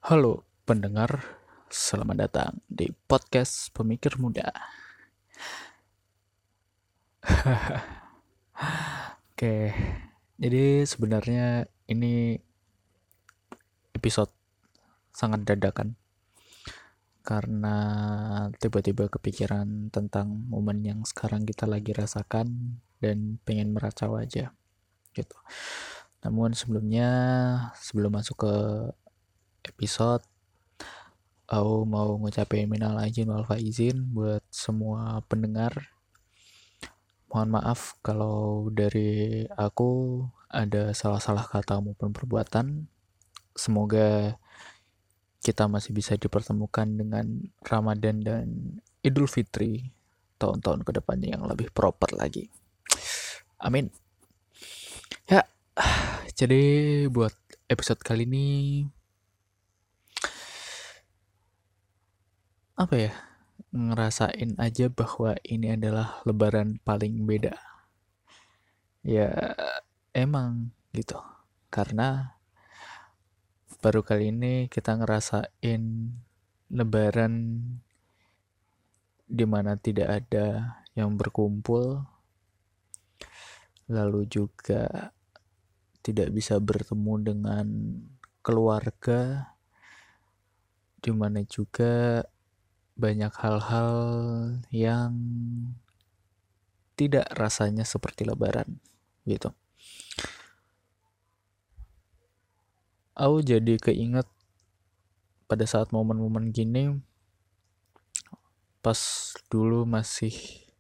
Halo pendengar, selamat datang di podcast Pemikir Muda. Oke, jadi sebenarnya ini episode sangat dadakan karena tiba-tiba kepikiran tentang momen yang sekarang kita lagi rasakan dan pengen meracau aja gitu. Namun sebelum masuk ke episode, aku mau ngucapin minal aidin wal faizin buat semua pendengar. Mohon maaf kalau dari aku ada salah-salah kata maupun perbuatan. Semoga kita masih bisa dipertemukan dengan Ramadan dan Idul Fitri tahun-tahun kedepannya yang lebih proper lagi. Amin. Ya, jadi buat episode kali ini apa ya? Ngerasain aja bahwa ini adalah lebaran paling beda. Ya, emang gitu. Karena baru kali ini kita ngerasain lebaran di mana tidak ada yang berkumpul, lalu juga tidak bisa bertemu dengan keluarga, di mana juga banyak hal-hal yang tidak rasanya seperti lebaran gitu. Aku jadi keinget pada saat momen-momen gini pas dulu masih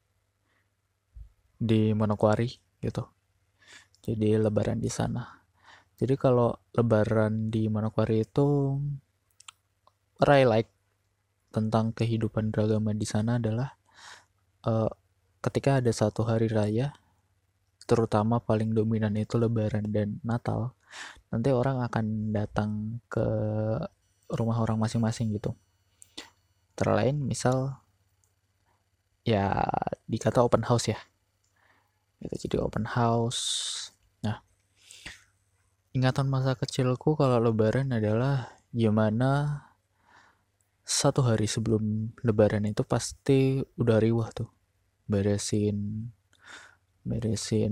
di Manokwari gitu. Jadi lebaran di sana. Jadi kalau lebaran di Manokwari itu what I like tentang kehidupan beragama di sana adalah eh, ketika ada satu hari raya, terutama paling dominan itu Lebaran dan Natal, nanti orang akan datang ke rumah orang masing-masing gitu. Terlain misal ya dikata open house ya, gitu, jadi open house. Nah, ingatan masa kecilku kalau Lebaran adalah gimana satu hari sebelum Lebaran itu pasti udah riwah tuh beresin beresin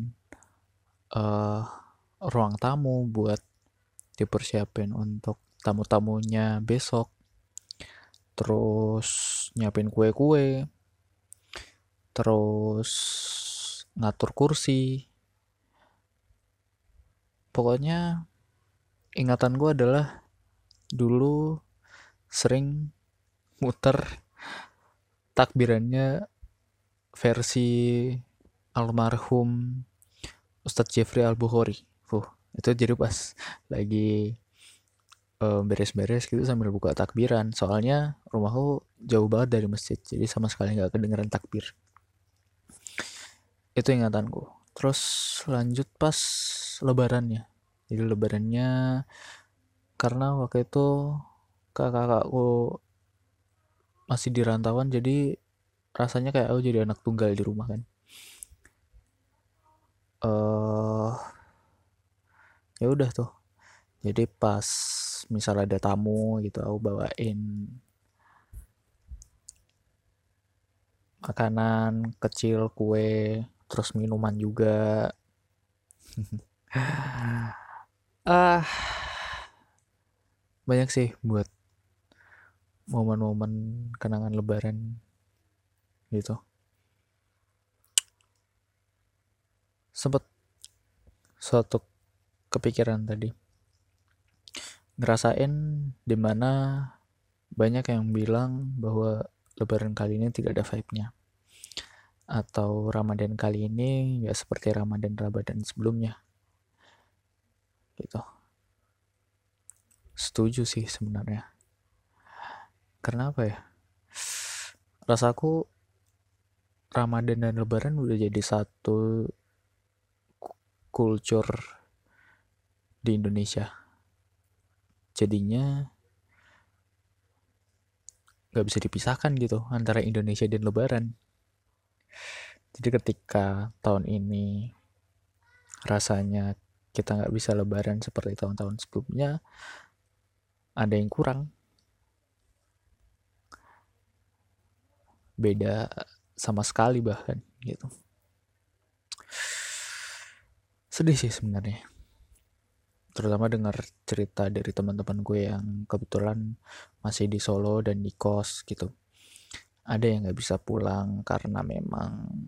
eh ruang tamu buat dipersiapin untuk tamu-tamunya besok, terus nyiapin kue-kue, terus ngatur kursi. Pokoknya ingatan gue adalah dulu sering muter takbirannya versi almarhum Ustadz Jeffrey Al-Bukhari. Itu jadi pas lagi beres-beres gitu sambil buka takbiran. Soalnya rumahku jauh banget dari masjid, jadi sama sekali nggak kedengeran takbir. Itu ingatanku. Terus lanjut pas lebarannya. Jadi lebarannya karena waktu itu kakak-kakakku masih di rantauan, jadi rasanya kayak aku jadi anak tunggal di rumah kan. Ya udah tuh. Jadi pas misal ada tamu gitu, aku bawain makanan kecil, kue, terus minuman juga. Ah, banyak sih buat momen-momen kenangan lebaran gitu. Sempet suatu kepikiran tadi. Ngerasain dimana banyak yang bilang bahwa lebaran kali ini tidak ada vibe-nya. Atau Ramadan kali ini nggak seperti Ramadan-Ramadan sebelumnya gitu. Setuju sih sebenarnya. Karena apa ya? Rasaku Ramadan dan Lebaran udah jadi satu culture di Indonesia. Jadinya nggak bisa dipisahkan gitu antara Indonesia dan Lebaran. Jadi ketika tahun ini rasanya kita nggak bisa Lebaran seperti tahun-tahun sebelumnya, ada yang kurang, beda sama sekali bahkan gitu. Sedih sih sebenarnya, terutama dengar cerita dari teman-teman gue yang kebetulan masih di Solo dan di kos gitu. Ada yang nggak bisa pulang karena memang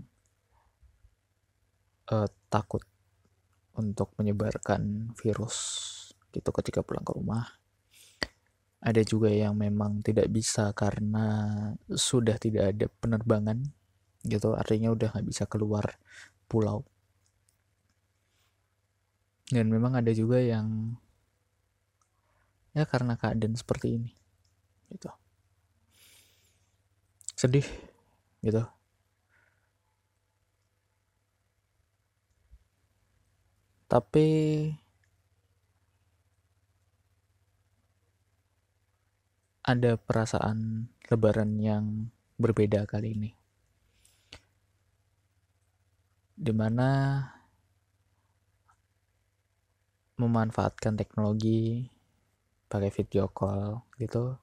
takut untuk menyebarkan virus gitu ketika pulang ke rumah. Ada juga yang memang tidak bisa karena sudah tidak ada penerbangan gitu, artinya udah nggak bisa keluar pulau. Dan memang ada juga yang ya karena keadaan seperti ini gitu. Sedih gitu. Tapi ada perasaan lebaran yang berbeda kali ini, dimana memanfaatkan teknologi pakai video call gitu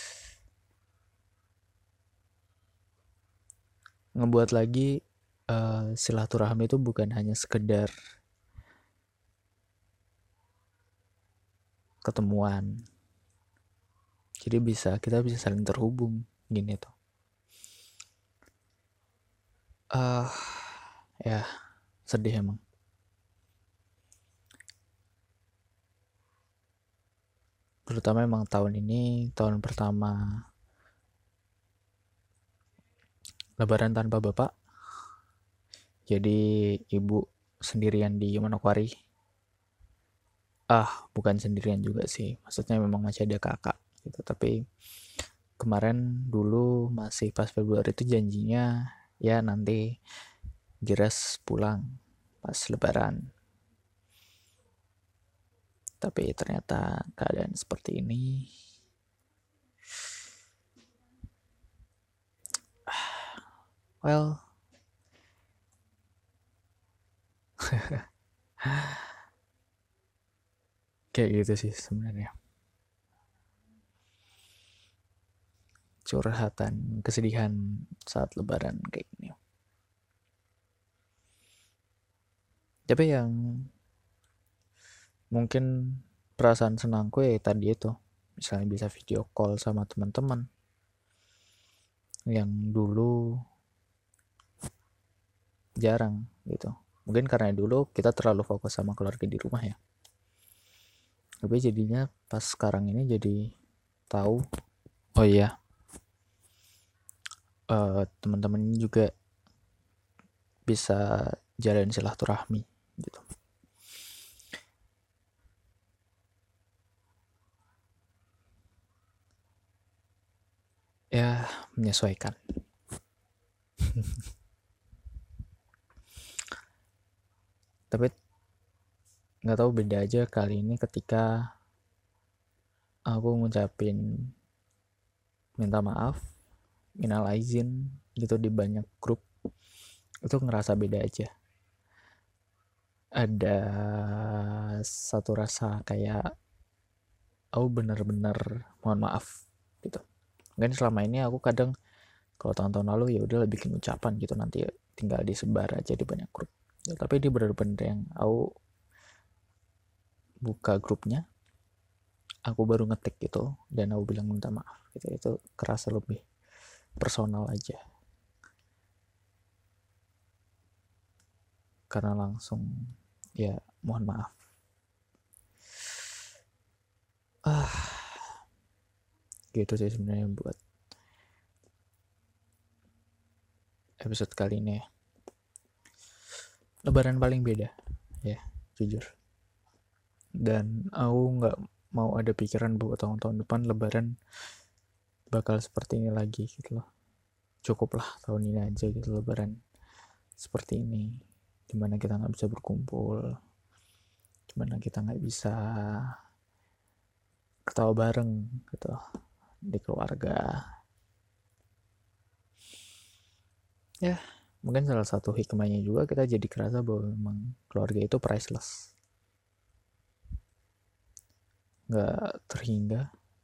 ngebuat lagi silaturahmi itu bukan hanya sekedar ketemuan, jadi kita bisa saling terhubung gini tuh. Ya sedih emang. Terutama emang tahun ini tahun pertama lebaran tanpa bapak, jadi ibu sendirian di Manokwari. Bukan sendirian juga sih, maksudnya memang masih ada kakak gitu, tapi kemarin dulu masih pas Februari itu janjinya ya nanti Giras pulang pas lebaran, tapi ternyata keadaan seperti ini. Well, kayak gitu sih sebenarnya, curhatan kesedihan saat lebaran kayak gini. Tapi yang mungkin perasaan senangku ya tadi itu, misalnya bisa video call sama teman-teman yang dulu jarang gitu. Mungkin karena dulu kita terlalu fokus sama keluarga di rumah ya, tapi jadinya pas sekarang ini jadi tahu, oh iya, teman-teman ini juga bisa jalan silaturahmi gitu. Ya menyesuaikan. Tapi nggak tahu, beda aja kali ini ketika aku ngucapin minta maaf, minal aizin gitu di banyak grup, itu ngerasa beda aja. Ada satu rasa kayak aku bener-bener mohon maaf gitu. Mungkin selama ini aku kadang kalau tahun-tahun lalu ya udah bikin ucapan gitu, nanti tinggal disebar aja di banyak grup ya, tapi dia bener-bener yang aku buka grupnya, aku baru ngetik gitu dan aku bilang minta maaf gitu, itu kerasa lebih personal aja karena langsung ya mohon maaf. Gitu sih sebenarnya buat episode kali ini ya. Lebaran paling beda ya, jujur. Dan aku nggak mau ada pikiran bahwa tahun-tahun depan lebaran bakal seperti ini lagi gitu loh. Cukuplah tahun ini aja gitu lebaran seperti ini, dimana kita nggak bisa berkumpul, dimana kita nggak bisa ketawa bareng gitu di keluarga. Ya mungkin salah satu hikmahnya juga kita jadi kerasa bahwa memang keluarga itu priceless, nggak terhingga,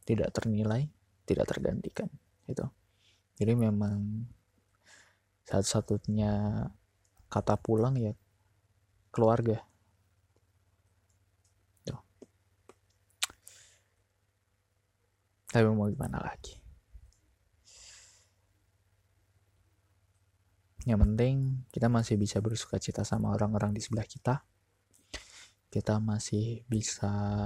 tidak ternilai, tidak tergantikan gitu. Jadi memang satu-satunya kata pulang ya keluarga. Tuh. Tapi mau gimana lagi? Yang penting kita masih bisa bersuka cita sama orang-orang di sebelah kita. Kita masih bisa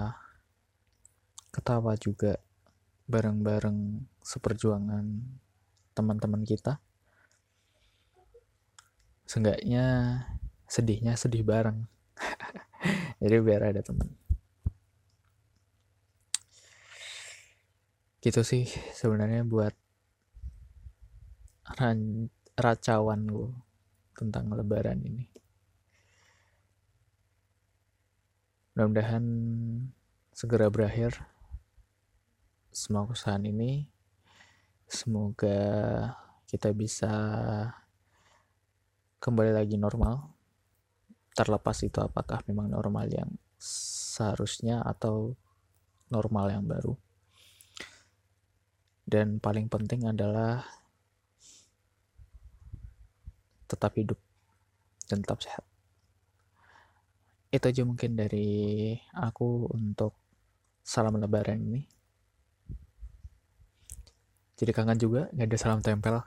ketawa juga bareng-bareng seperjuangan teman-teman kita. Seenggaknya sedihnya sedih bareng. Jadi biar ada teman. Gitu sih sebenarnya buat racauan gue tentang lebaran ini. Mudah-mudahan segera berakhir semua kesusahan ini. Semoga kita bisa kembali lagi normal. Terlepas itu apakah memang normal yang seharusnya atau normal yang baru. Dan paling penting adalah tetap hidup dan tetap sehat. Itu aja mungkin dari aku untuk salam lebaran ini. Jadi kangen juga gak ada salam tempel.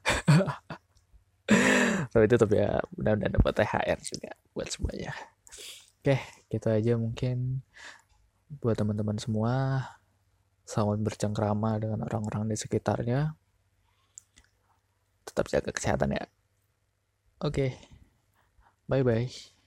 Tapi itu tapi ya mudah-mudahan dapat THR juga buat semuanya. Oke, gitu aja mungkin buat teman-teman semua. Selamat bercengkrama dengan orang-orang di sekitarnya. Tetap jaga kesehatan ya. Oke, bye-bye.